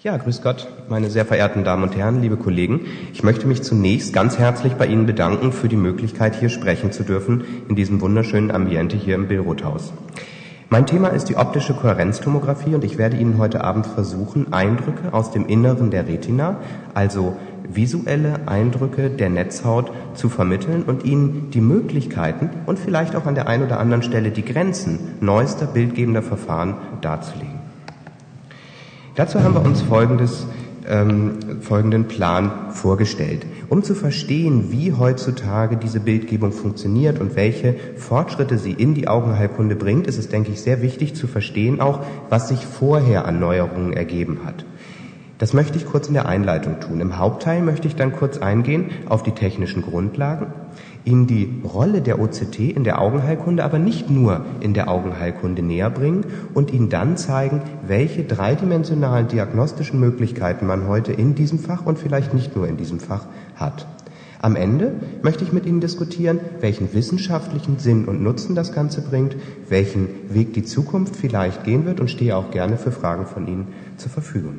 Ja, grüß Gott, meine sehr verehrten Damen und Herren, liebe Kollegen. Ich möchte mich zunächst ganz herzlich bei Ihnen bedanken für die Möglichkeit, hier sprechen zu dürfen in diesem wunderschönen Ambiente hier im Billroth-Haus. Mein Thema ist die optische Kohärenztomographie und ich werde Ihnen heute Abend versuchen, Eindrücke aus dem Inneren der Retina, also visuelle Eindrücke der Netzhaut, zu vermitteln und Ihnen die Möglichkeiten und vielleicht auch an der einen oder anderen Stelle die Grenzen neuester bildgebender Verfahren darzulegen. Dazu haben wir uns folgenden Plan vorgestellt. Um zu verstehen, wie heutzutage diese Bildgebung funktioniert und welche Fortschritte sie in die Augenheilkunde bringt, ist es, denke ich, sehr wichtig zu verstehen auch, was sich vorher an Neuerungen ergeben hat. Das möchte ich kurz in der Einleitung tun. Im Hauptteil möchte ich dann kurz eingehen auf die technischen Grundlagen, Ihnen die Rolle der OCT in der Augenheilkunde, aber nicht nur in der Augenheilkunde näher bringen und Ihnen dann zeigen, welche dreidimensionalen diagnostischen Möglichkeiten man heute in diesem Fach und vielleicht nicht nur in diesem Fach hat. Am Ende möchte ich mit Ihnen diskutieren, welchen wissenschaftlichen Sinn und Nutzen das Ganze bringt, welchen Weg die Zukunft vielleicht gehen wird und stehe auch gerne für Fragen von Ihnen zur Verfügung.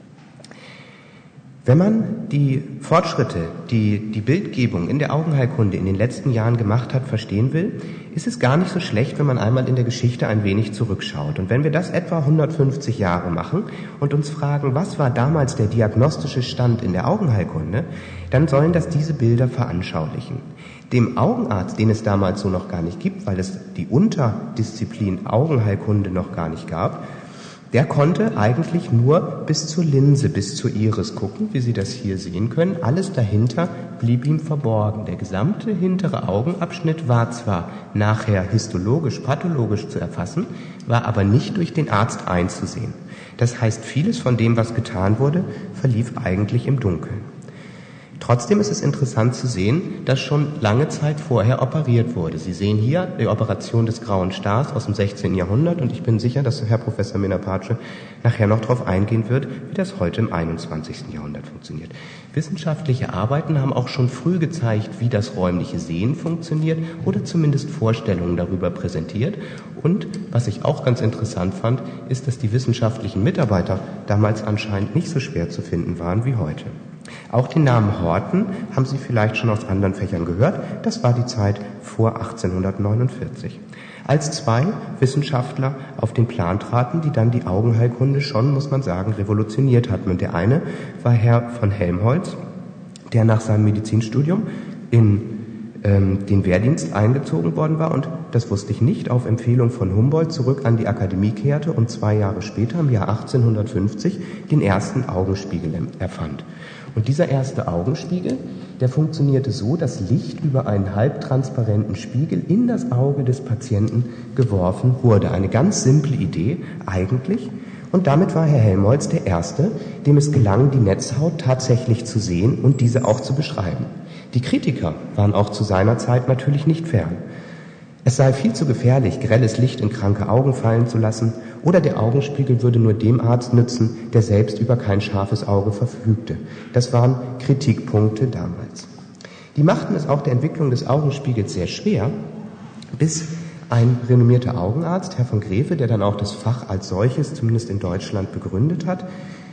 Wenn man die Fortschritte, die die Bildgebung in der Augenheilkunde in den letzten Jahren gemacht hat, verstehen will, ist es gar nicht so schlecht, wenn man einmal in der Geschichte ein wenig zurückschaut. Und wenn wir das etwa 150 Jahre machen und uns fragen, was war damals der diagnostische Stand in der Augenheilkunde, dann sollen das diese Bilder veranschaulichen. Dem Augenarzt, den es damals so noch gar nicht gibt, weil es die Unterdisziplin Augenheilkunde noch gar nicht gab, der konnte eigentlich nur bis zur Linse, bis zur Iris gucken, wie Sie das hier sehen können. Alles dahinter blieb ihm verborgen. Der gesamte hintere Augenabschnitt war zwar nachher histologisch, pathologisch zu erfassen, war aber nicht durch den Arzt einzusehen. Das heißt, vieles von dem, was getan wurde, verlief eigentlich im Dunkeln. Trotzdem ist es interessant zu sehen, dass schon lange Zeit vorher operiert wurde. Sie sehen hier die Operation des Grauen Stars aus dem 16. Jahrhundert und ich bin sicher, dass Herr Professor Minapace nachher noch darauf eingehen wird, wie das heute im 21. Jahrhundert funktioniert. Wissenschaftliche Arbeiten haben auch schon früh gezeigt, wie das räumliche Sehen funktioniert oder zumindest Vorstellungen darüber präsentiert. Und was ich auch ganz interessant fand, ist, dass die wissenschaftlichen Mitarbeiter damals anscheinend nicht so schwer zu finden waren wie heute. Auch den Namen Horten haben Sie vielleicht schon aus anderen Fächern gehört. Das war die Zeit vor 1849. Als zwei Wissenschaftler auf den Plan traten, die dann die Augenheilkunde schon, muss man sagen, revolutioniert hatten. Und der eine war Herr von Helmholtz, der nach seinem Medizinstudium in den Wehrdienst eingezogen worden war und, das wusste ich nicht, auf Empfehlung von Humboldt zurück an die Akademie kehrte und 2 Jahre später, im Jahr 1850, den ersten Augenspiegel erfand. Und dieser erste Augenspiegel, der funktionierte so, dass Licht über einen halbtransparenten Spiegel in das Auge des Patienten geworfen wurde. Eine ganz simple Idee eigentlich. Und damit war Herr Helmholtz der Erste, dem es gelang, die Netzhaut tatsächlich zu sehen und diese auch zu beschreiben. Die Kritiker waren auch zu seiner Zeit natürlich nicht fern. Es sei viel zu gefährlich, grelles Licht in kranke Augen fallen zu lassen, oder der Augenspiegel würde nur dem Arzt nützen, der selbst über kein scharfes Auge verfügte. Das waren Kritikpunkte damals. Die machten es auch der Entwicklung des Augenspiegels sehr schwer, bis ein renommierter Augenarzt, Herr von Graefe, der dann auch das Fach als solches, zumindest in Deutschland, begründet hat,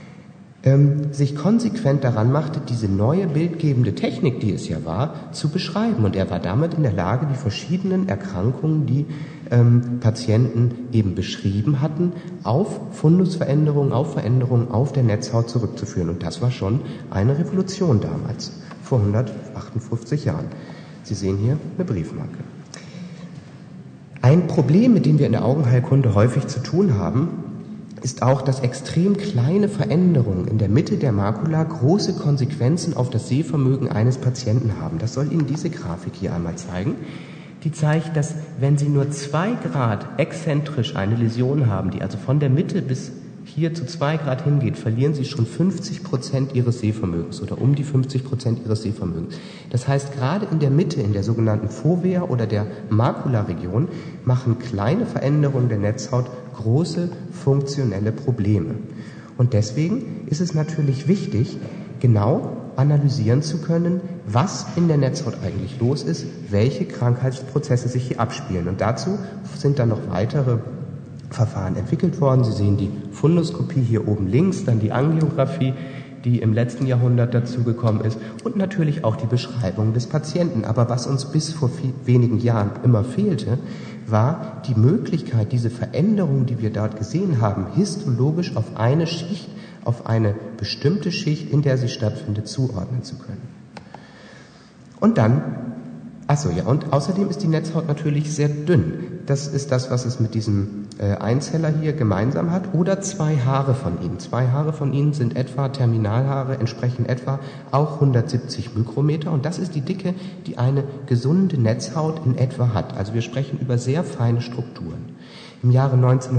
sich konsequent daran machte, diese neue bildgebende Technik, die es ja war, zu beschreiben. Und er war damit in der Lage, die verschiedenen Erkrankungen, die Patienten eben beschrieben hatten, auf Fundusveränderungen, auf Veränderungen auf der Netzhaut zurückzuführen. Und das war schon eine Revolution damals, vor 158 Jahren. Sie sehen hier eine Briefmarke. Ein Problem, mit dem wir in der Augenheilkunde häufig zu tun haben, ist auch, dass extrem kleine Veränderungen in der Mitte der Makula große Konsequenzen auf das Sehvermögen eines Patienten haben. Das soll Ihnen diese Grafik hier einmal zeigen. Die zeigt, dass wenn Sie nur 2 Grad exzentrisch eine Läsion haben, die also von der Mitte bis hier zu 2 Grad hingeht, verlieren Sie schon 50% Ihres Sehvermögens oder um die 50% Ihres Sehvermögens. Das heißt, gerade in der Mitte, in der sogenannten Fovea oder der Makularegion, machen kleine Veränderungen der Netzhaut große funktionelle Probleme. Und deswegen ist es natürlich wichtig, genau analysieren zu können, was in der Netzhaut eigentlich los ist, welche Krankheitsprozesse sich hier abspielen. Und dazu sind dann noch weitere Verfahren entwickelt worden. Sie sehen die Fundoskopie hier oben links, dann die Angiografie, die im letzten Jahrhundert dazugekommen ist und natürlich auch die Beschreibung des Patienten. Aber was uns bis vor wenigen Jahren immer fehlte, war die Möglichkeit, diese Veränderung, die wir dort gesehen haben, histologisch auf eine Schicht, auf eine bestimmte Schicht, in der sie stattfindet, zuordnen zu können. Und dann, und außerdem ist die Netzhaut natürlich sehr dünn. Das ist das, was es mit diesem Einzeller hier gemeinsam hat, oder zwei Haare von ihnen. Zwei Haare von ihnen sind etwa Terminalhaare, entsprechen etwa auch 170 Mikrometer, und das ist die Dicke, die eine gesunde Netzhaut in etwa hat. Also wir sprechen über sehr feine Strukturen. Im Jahre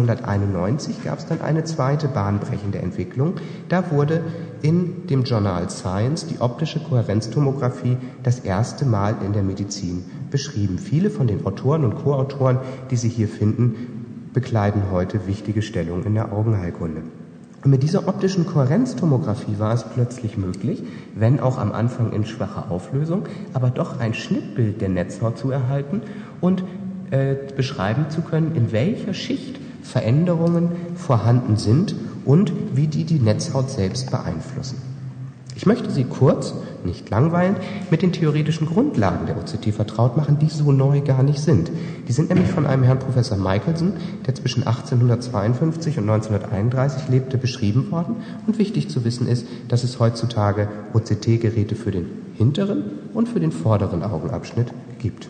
1991 gab es dann eine zweite bahnbrechende Entwicklung. Da wurde in dem Journal Science die optische Kohärenztomographie das erste Mal in der Medizin beschrieben. Viele von den Autoren und Co-Autoren, die Sie hier finden, bekleiden heute wichtige Stellungen in der Augenheilkunde. Und mit dieser optischen Kohärenztomographie war es plötzlich möglich, wenn auch am Anfang in schwacher Auflösung, aber doch ein Schnittbild der Netzhaut zu erhalten und beschreiben zu können, in welcher Schicht Veränderungen vorhanden sind und wie die Netzhaut selbst beeinflussen. Ich möchte Sie kurz, nicht langweilend, mit den theoretischen Grundlagen der OCT vertraut machen, die so neu gar nicht sind. Die sind nämlich von einem Herrn Professor Michelson, der zwischen 1852 und 1931 lebte, beschrieben worden. Und wichtig zu wissen ist, dass es heutzutage OCT-Geräte für den hinteren und für den vorderen Augenabschnitt gibt.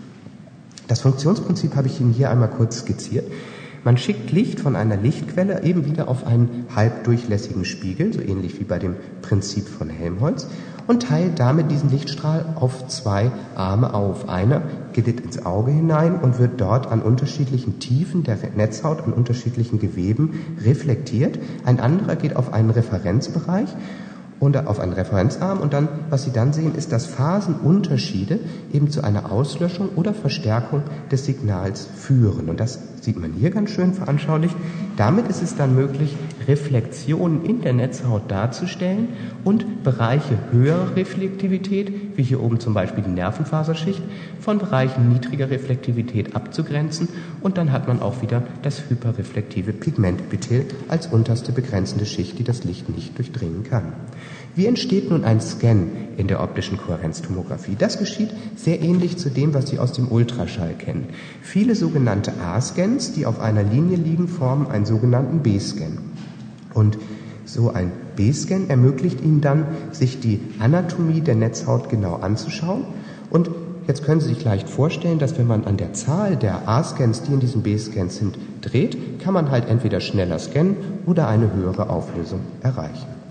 Das Funktionsprinzip habe ich Ihnen hier einmal kurz skizziert. Man schickt Licht von einer Lichtquelle eben wieder auf einen halbdurchlässigen Spiegel, so ähnlich wie bei dem Prinzip von Helmholtz, und teilt damit diesen Lichtstrahl auf zwei Arme auf. Einer geht ins Auge hinein und wird dort an unterschiedlichen Tiefen der Netzhaut, an unterschiedlichen Geweben reflektiert. Ein anderer geht auf einen Referenzbereich und auf einen Referenzarm, und dann, was Sie dann sehen, ist, dass Phasenunterschiede eben zu einer Auslöschung oder Verstärkung des Signals führen. Und das sieht man hier ganz schön veranschaulicht. Damit ist es dann möglich, Reflexionen in der Netzhaut darzustellen und Bereiche höherer Reflektivität, wie hier oben zum Beispiel die Nervenfaserschicht, von Bereichen niedriger Reflektivität abzugrenzen, und dann hat man auch wieder das hyperreflektive Pigmentepithel als unterste begrenzende Schicht, die das Licht nicht durchdringen kann. Wie entsteht nun ein Scan in der optischen Kohärenztomographie? Das geschieht sehr ähnlich zu dem, was Sie aus dem Ultraschall kennen. Viele sogenannte A-Scans, die auf einer Linie liegen, formen einen sogenannten B-Scan. Und so ein B-Scan ermöglicht Ihnen dann, sich die Anatomie der Netzhaut genau anzuschauen. Und jetzt können Sie sich leicht vorstellen, dass wenn man an der Zahl der A-Scans, die in diesen B-Scans sind, dreht, kann man halt entweder schneller scannen oder eine höhere Auflösung erreichen.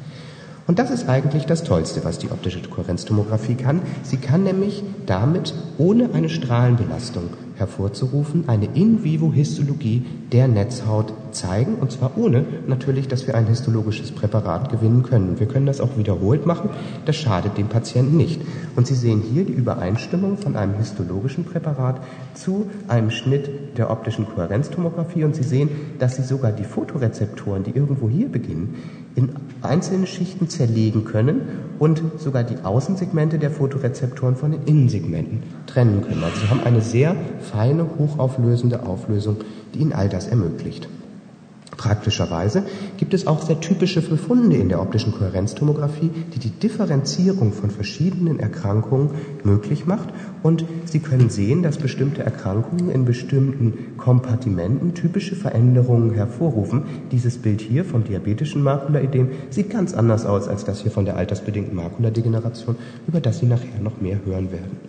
Und das ist eigentlich das Tollste, was die optische Kohärenztomographie kann. Sie kann nämlich damit, ohne eine Strahlenbelastung hervorzurufen, eine In-vivo-Histologie der Netzhaut zeigen, und zwar ohne natürlich, dass wir ein histologisches Präparat gewinnen können. Wir können das auch wiederholt machen, das schadet dem Patienten nicht. Und Sie sehen hier die Übereinstimmung von einem histologischen Präparat zu einem Schnitt der optischen Kohärenztomographie, und Sie sehen, dass Sie sogar die Photorezeptoren, die irgendwo hier beginnen, in einzelne Schichten zerlegen können und sogar die Außensegmente der Photorezeptoren von den Innensegmenten trennen können. Also Sie haben eine sehr feine, hochauflösende Auflösung, die Ihnen all das ermöglicht. Praktischerweise gibt es auch sehr typische Befunde in der optischen Kohärenztomographie, die die Differenzierung von verschiedenen Erkrankungen möglich macht, und Sie können sehen, dass bestimmte Erkrankungen in bestimmten Kompartimenten typische Veränderungen hervorrufen. Dieses Bild hier vom diabetischen Makulaödem sieht ganz anders aus als das hier von der altersbedingten Makuladegeneration, über das Sie nachher noch mehr hören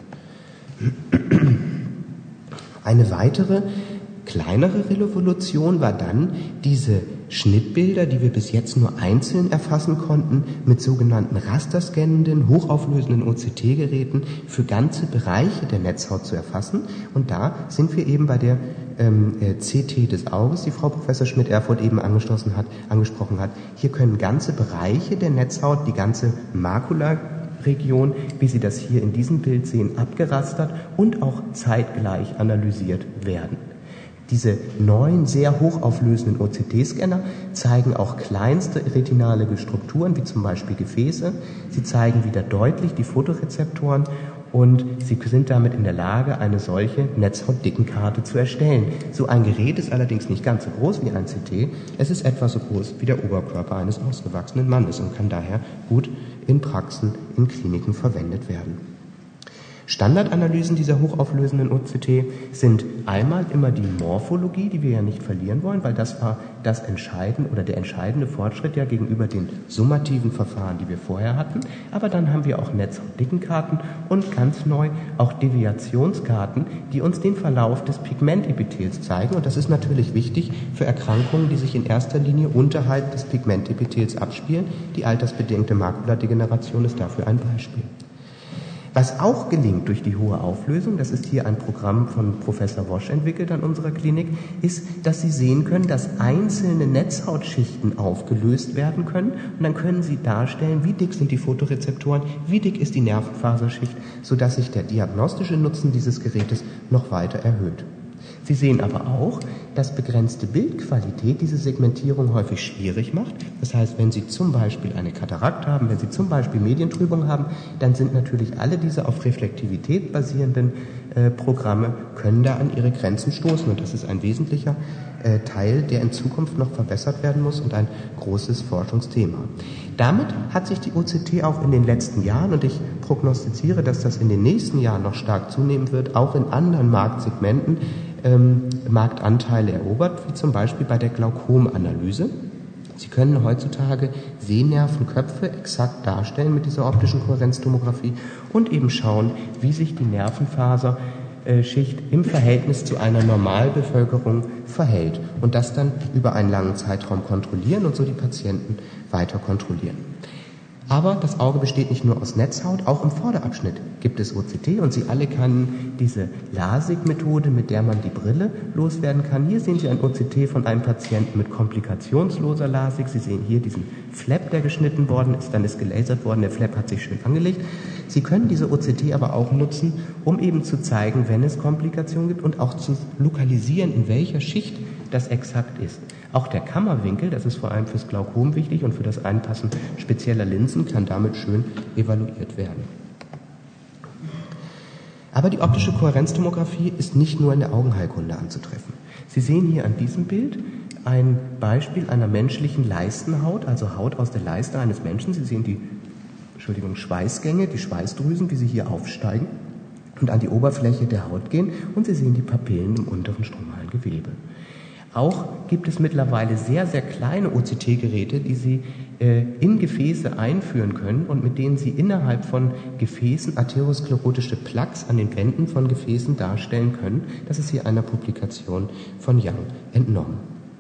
werden. Eine weitere kleinere Revolution war dann, diese Schnittbilder, die wir bis jetzt nur einzeln erfassen konnten, mit sogenannten rasterscannenden, hochauflösenden OCT-Geräten für ganze Bereiche der Netzhaut zu erfassen. Und da sind wir eben bei der CT des Auges, die Frau Professor Schmidt-Erfurth eben angesprochen hat. Hier können ganze Bereiche der Netzhaut, die ganze Makularegion, wie Sie das hier in diesem Bild sehen, abgerastert und auch zeitgleich analysiert werden. Diese neuen, sehr hochauflösenden OCT-Scanner zeigen auch kleinste retinale Strukturen, wie zum Beispiel Gefäße. Sie zeigen wieder deutlich die Photorezeptoren und Sie sind damit in der Lage, eine solche Netzhautdickenkarte zu erstellen. So ein Gerät ist allerdings nicht ganz so groß wie ein CT. Es ist etwa so groß wie der Oberkörper eines ausgewachsenen Mannes und kann daher gut in Praxen, in Kliniken verwendet werden. Standardanalysen dieser hochauflösenden OCT sind einmal immer die Morphologie, die wir ja nicht verlieren wollen, weil das war das entscheidende oder der entscheidende Fortschritt ja gegenüber den summativen Verfahren, die wir vorher hatten. Aber dann haben wir auch Netzhautdickenkarten und ganz neu auch Deviationskarten, die uns den Verlauf des Pigmentepithels zeigen. Und das ist natürlich wichtig für Erkrankungen, die sich in erster Linie unterhalb des Pigmentepithels abspielen. Die altersbedingte Makuladegeneration ist dafür ein Beispiel. Was auch gelingt durch die hohe Auflösung, das ist hier ein Programm von Professor Wosch entwickelt an unserer Klinik, ist, dass Sie sehen können, dass einzelne Netzhautschichten aufgelöst werden können und dann können Sie darstellen, wie dick sind die Photorezeptoren, wie dick ist die Nervenfaserschicht, sodass sich der diagnostische Nutzen dieses Gerätes noch weiter erhöht. Sie sehen aber auch, dass begrenzte Bildqualität diese Segmentierung häufig schwierig macht. Das heißt, wenn Sie zum Beispiel eine Katarakt haben, wenn Sie zum Beispiel Medientrübung haben, dann sind natürlich alle diese auf Reflektivität basierenden Programme, können da an ihre Grenzen stoßen. Und das ist ein wesentlicher Teil, der in Zukunft noch verbessert werden muss und ein großes Forschungsthema. Damit hat sich die OCT auch in den letzten Jahren, und ich prognostiziere, dass das in den nächsten Jahren noch stark zunehmen wird, auch in anderen Marktsegmenten Marktanteile erobert, wie zum Beispiel bei der Glaukomanalyse. Sie können heutzutage Sehnervenköpfe exakt darstellen mit dieser optischen Kohärenztomographie und eben schauen, wie sich die Nervenfaserschicht im Verhältnis zu einer Normalbevölkerung verhält und das dann über einen langen Zeitraum kontrollieren und so die Patienten weiter kontrollieren. Aber das Auge besteht nicht nur aus Netzhaut, auch im Vorderabschnitt gibt es OCT und Sie alle kennen diese LASIK-Methode, mit der man die Brille loswerden kann. Hier sehen Sie ein OCT von einem Patienten mit komplikationsloser LASIK. Sie sehen hier diesen Flap, der geschnitten worden ist, dann ist gelasert worden, der Flap hat sich schön angelegt. Sie können diese OCT aber auch nutzen, um eben zu zeigen, wenn es Komplikationen gibt und auch zu lokalisieren, in welcher Schicht das exakt ist. Auch der Kammerwinkel, das ist vor allem fürs Glaukom wichtig und für das Einpassen spezieller Linsen, kann damit schön evaluiert werden. Aber die optische Kohärenztomographie ist nicht nur in der Augenheilkunde anzutreffen. Sie sehen hier an diesem Bild ein Beispiel einer menschlichen Leistenhaut, also Haut aus der Leiste eines Menschen. Sie sehen die Schweißgänge, die Schweißdrüsen, wie sie hier aufsteigen und an die Oberfläche der Haut gehen, und Sie sehen die Papillen im unteren stromalen Gewebe. Auch gibt es mittlerweile sehr, sehr kleine OCT-Geräte, die Sie in Gefäße einführen können und mit denen Sie innerhalb von Gefäßen atherosklerotische Plaques an den Wänden von Gefäßen darstellen können. Das ist hier einer Publikation von Young entnommen.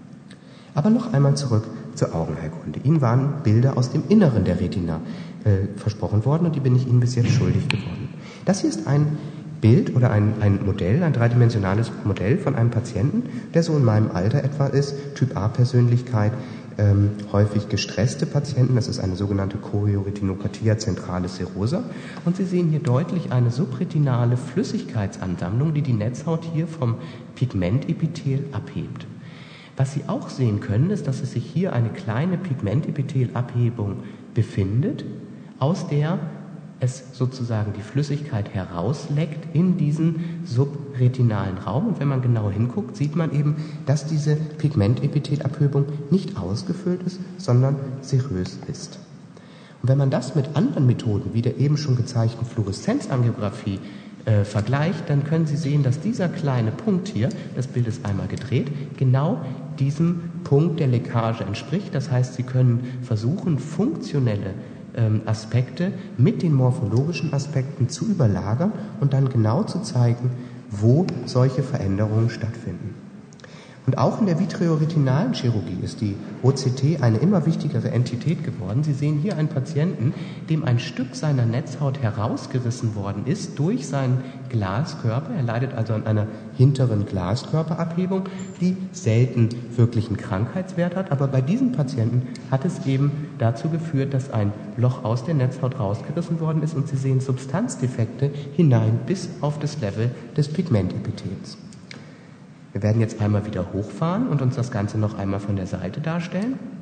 Aber noch einmal zurück zur Augenheilkunde. Ihnen waren Bilder aus dem Inneren der Retina versprochen worden und die bin ich Ihnen bis jetzt schuldig geworden. Das hier ist ein Bild oder ein Modell, ein dreidimensionales Modell von einem Patienten, der so in meinem Alter etwa ist, Typ A-Persönlichkeit, häufig gestresste Patienten, das ist eine sogenannte Chorioretinopathia zentralis serosa, und Sie sehen hier deutlich eine subretinale Flüssigkeitsansammlung, die die Netzhaut hier vom Pigmentepithel abhebt. Was Sie auch sehen können, ist, dass es sich hier eine kleine Pigmentepithelabhebung befindet, aus der es sozusagen die Flüssigkeit herausleckt in diesen subretinalen Raum. Und wenn man genau hinguckt, sieht man eben, dass diese Pigmentepithelabhebung nicht ausgefüllt ist, sondern serös ist. Und wenn man das mit anderen Methoden, wie der eben schon gezeigten Fluoreszenzangiografie, vergleicht, dann können Sie sehen, dass dieser kleine Punkt hier, das Bild ist einmal gedreht, genau diesem Punkt der Leckage entspricht. Das heißt, Sie können versuchen, funktionelle Aspekte mit den morphologischen Aspekten zu überlagern und dann genau zu zeigen, wo solche Veränderungen stattfinden. Und auch in der vitreoretinalen Chirurgie ist die OCT eine immer wichtigere Entität geworden. Sie sehen hier einen Patienten, dem ein Stück seiner Netzhaut herausgerissen worden ist durch seinen Glaskörper. Er leidet also an einer hinteren Glaskörperabhebung, die selten wirklich einen Krankheitswert hat. Aber bei diesem Patienten hat es eben dazu geführt, dass ein Loch aus der Netzhaut rausgerissen worden ist und Sie sehen Substanzdefekte hinein bis auf das Level des Pigmentepithels. Wir werden jetzt einmal wieder hochfahren und uns das Ganze noch einmal von der Seite darstellen.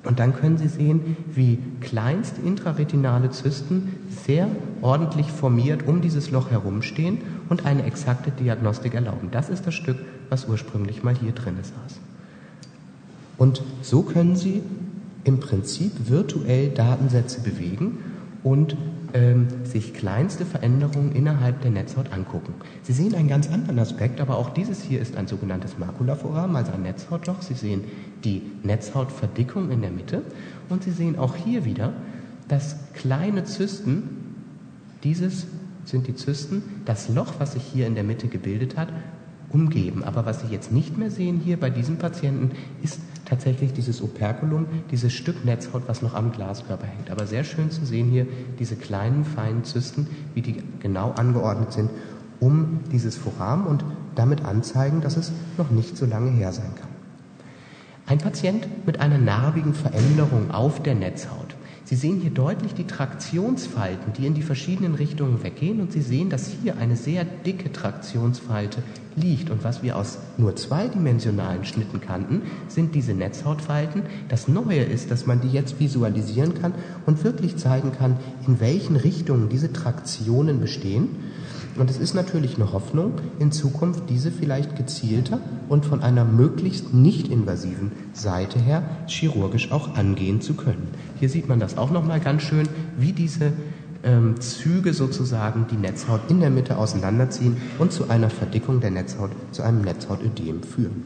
Und dann können Sie sehen, wie kleinste intraretinale Zysten sehr ordentlich formiert um dieses Loch herumstehen und eine exakte Diagnostik erlauben. Das ist das Stück, was ursprünglich mal hier drin saß. Und so können Sie im Prinzip virtuell Datensätze bewegen und sich kleinste Veränderungen innerhalb der Netzhaut angucken. Sie sehen einen ganz anderen Aspekt, aber auch dieses hier ist ein sogenanntes Makulaforamen, also ein Netzhautloch. Sie sehen die Netzhautverdickung in der Mitte und Sie sehen auch hier wieder, dass kleine Zysten, dieses sind die Zysten, das Loch, was sich hier in der Mitte gebildet hat, umgeben. Aber was Sie jetzt nicht mehr sehen hier bei diesem Patienten, ist tatsächlich dieses Operculum, dieses Stück Netzhaut, was noch am Glaskörper hängt. Aber sehr schön zu sehen hier diese kleinen, feinen Zysten, wie die genau angeordnet sind, um dieses Foramen und damit anzeigen, dass es noch nicht so lange her sein kann. Ein Patient mit einer narbigen Veränderung auf der Netzhaut. Sie sehen hier deutlich die Traktionsfalten, die in die verschiedenen Richtungen weggehen und Sie sehen, dass hier eine sehr dicke Traktionsfalte liegt. Und was wir aus nur zweidimensionalen Schnitten kannten, sind diese Netzhautfalten. Das Neue ist, dass man die jetzt visualisieren kann und wirklich zeigen kann, in welchen Richtungen diese Traktionen bestehen. Und es ist natürlich eine Hoffnung, in Zukunft diese vielleicht gezielter und von einer möglichst nicht invasiven Seite her chirurgisch auch angehen zu können. Hier sieht man das auch nochmal ganz schön, wie diese Züge sozusagen die Netzhaut in der Mitte auseinanderziehen und zu einer Verdickung der Netzhaut, zu einem Netzhautödem führen.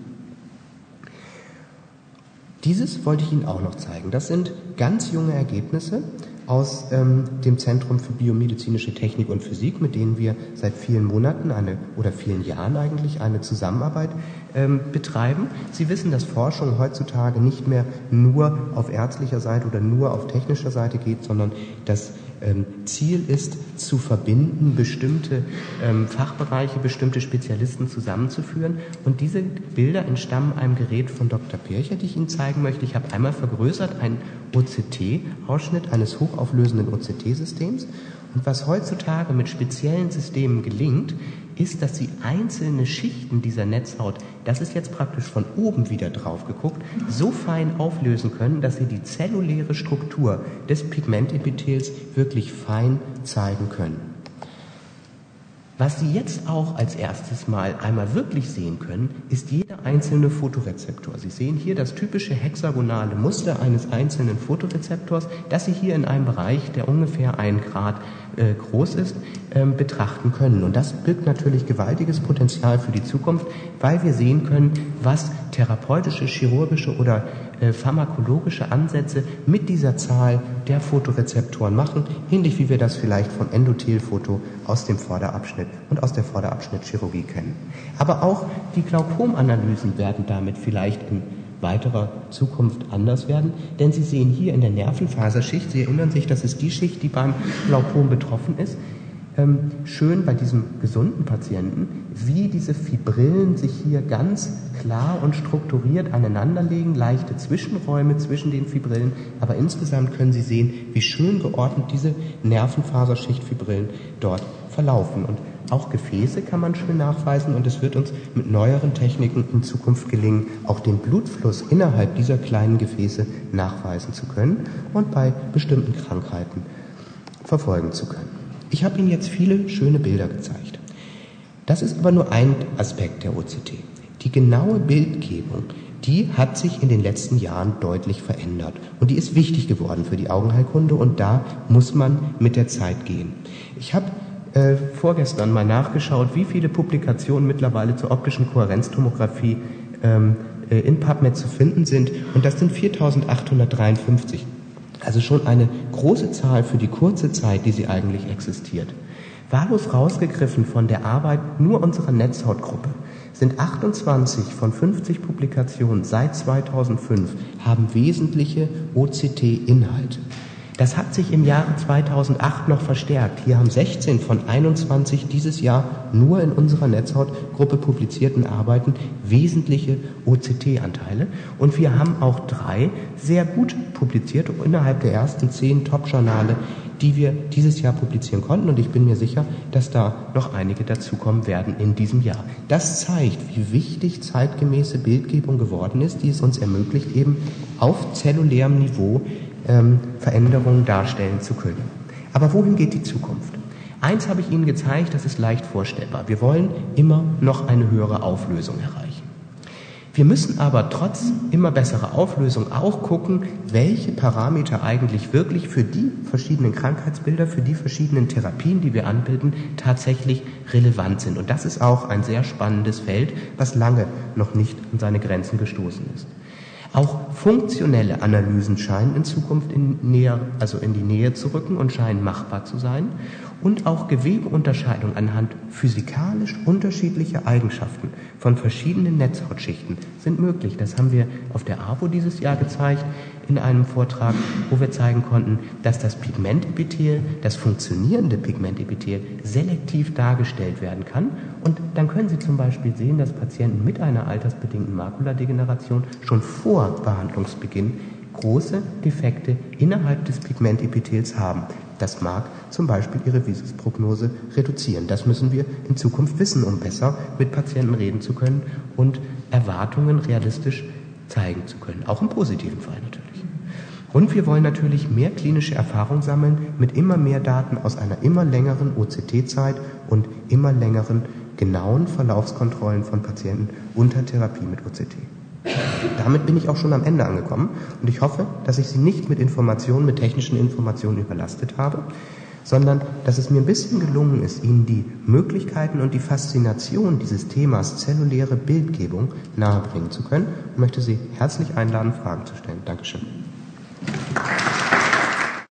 Dieses wollte ich Ihnen auch noch zeigen. Das sind ganz junge Ergebnisse aus dem Zentrum für biomedizinische Technik und Physik, mit denen wir seit vielen Monaten oder vielen Jahren eigentlich eine Zusammenarbeit betreiben. Sie wissen, dass Forschung heutzutage nicht mehr nur auf ärztlicher Seite oder nur auf technischer Seite geht, sondern das Ziel ist, zu verbinden, bestimmte Fachbereiche, bestimmte Spezialisten zusammenzuführen. Und diese Bilder entstammen einem Gerät von Dr. Pircher, die ich Ihnen zeigen möchte. Ich habe einmal vergrößert einen OCT-Ausschnitt eines hochauflösenden OCT-Systems. Und was heutzutage mit speziellen Systemen gelingt, ist, dass Sie einzelne Schichten dieser Netzhaut, das ist jetzt praktisch von oben wieder drauf geguckt, so fein auflösen können, dass Sie die zelluläre Struktur des Pigmentepithels wirklich fein zeigen können. Was Sie jetzt auch als erstes mal einmal wirklich sehen können, ist jeder einzelne Photorezeptor. Sie sehen hier das typische hexagonale Muster eines einzelnen Photorezeptors, das Sie hier in einem Bereich, der ungefähr 1 Grad groß ist, betrachten können. Und das birgt natürlich gewaltiges Potenzial für die Zukunft, weil wir sehen können, was therapeutische, chirurgische oder pharmakologische Ansätze mit dieser Zahl der Photorezeptoren machen, ähnlich wie wir das vielleicht von Endothelfoto aus dem Vorderabschnitt und aus der Vorderabschnittchirurgie kennen. Aber auch die Glaukomanalysen werden damit vielleicht in weiterer Zukunft anders werden, denn Sie sehen hier in der Nervenfaserschicht, Sie erinnern sich, das ist die Schicht, die beim Glaukom betroffen ist, schön bei diesem gesunden Patienten, wie diese Fibrillen sich hier ganz klar und strukturiert aneinanderlegen, leichte Zwischenräume zwischen den Fibrillen, aber insgesamt können Sie sehen, wie schön geordnet diese Nervenfaserschichtfibrillen dort verlaufen. Und auch Gefäße kann man schön nachweisen und es wird uns mit neueren Techniken in Zukunft gelingen, auch den Blutfluss innerhalb dieser kleinen Gefäße nachweisen zu können und bei bestimmten Krankheiten verfolgen zu können. Ich habe Ihnen jetzt viele schöne Bilder gezeigt. Das ist aber nur ein Aspekt der OCT. Die genaue Bildgebung, die hat sich in den letzten Jahren deutlich verändert. Und die ist wichtig geworden für die Augenheilkunde und da muss man mit der Zeit gehen. Ich habe vorgestern mal nachgeschaut, wie viele Publikationen mittlerweile zur optischen Kohärenztomographie in PubMed zu finden sind. Und das sind 4.853. Also schon eine große Zahl für die kurze Zeit, die sie eigentlich existiert. Wahllos rausgegriffen von der Arbeit nur unserer Netzhautgruppe sind 28 von 50 Publikationen seit 2005 haben wesentliche OCT-Inhalte. Das hat sich im Jahre 2008 noch verstärkt. Hier haben 16 von 21 dieses Jahr nur in unserer Netzhautgruppe publizierten Arbeiten wesentliche OCT-Anteile. Und wir haben auch 3 sehr gut publiziert innerhalb der ersten 10 Top-Journale die wir dieses Jahr publizieren konnten. Und ich bin mir sicher, dass da noch einige dazukommen werden in diesem Jahr. Das zeigt, wie wichtig zeitgemäße Bildgebung geworden ist, die es uns ermöglicht, eben auf zellulärem Niveau Veränderungen darstellen zu können. Aber wohin geht die Zukunft? Eins habe ich Ihnen gezeigt, das ist leicht vorstellbar. Wir wollen immer noch eine höhere Auflösung erreichen. Wir müssen aber trotz immer besserer Auflösung auch gucken, welche Parameter eigentlich wirklich für die verschiedenen Krankheitsbilder, für die verschiedenen Therapien, die wir anbieten, tatsächlich relevant sind. Und das ist auch ein sehr spannendes Feld, was lange noch nicht an seine Grenzen gestoßen ist. Auch funktionelle Analysen scheinen in Zukunft in die Nähe zu rücken und scheinen machbar zu sein. Und auch Gewebeunterscheidung anhand physikalisch unterschiedlicher Eigenschaften von verschiedenen Netzhautschichten sind möglich. Das haben wir auf der AWO dieses Jahr gezeigt in einem Vortrag, wo wir zeigen konnten, dass das Pigmentepithel, das funktionierende Pigmentepithel, selektiv dargestellt werden kann. Und dann können Sie zum Beispiel sehen, dass Patienten mit einer altersbedingten Makuladegeneration schon vor Behandlungsbeginn große Defekte innerhalb des Pigmentepithels haben. Das mag zum Beispiel ihre Visusprognose reduzieren. Das müssen wir in Zukunft wissen, um besser mit Patienten reden zu können und Erwartungen realistisch zeigen zu können. Auch im positiven Fall natürlich. Und wir wollen natürlich mehr klinische Erfahrung sammeln mit immer mehr Daten aus einer immer längeren OCT-Zeit und immer längeren genauen Verlaufskontrollen von Patienten unter Therapie mit OCT. Damit bin ich auch schon am Ende angekommen und ich hoffe, dass ich Sie nicht mit technischen Informationen überlastet habe, sondern dass es mir ein bisschen gelungen ist, Ihnen die Möglichkeiten und die Faszination dieses Themas zelluläre Bildgebung nahebringen zu können und möchte Sie herzlich einladen, Fragen zu stellen. Dankeschön.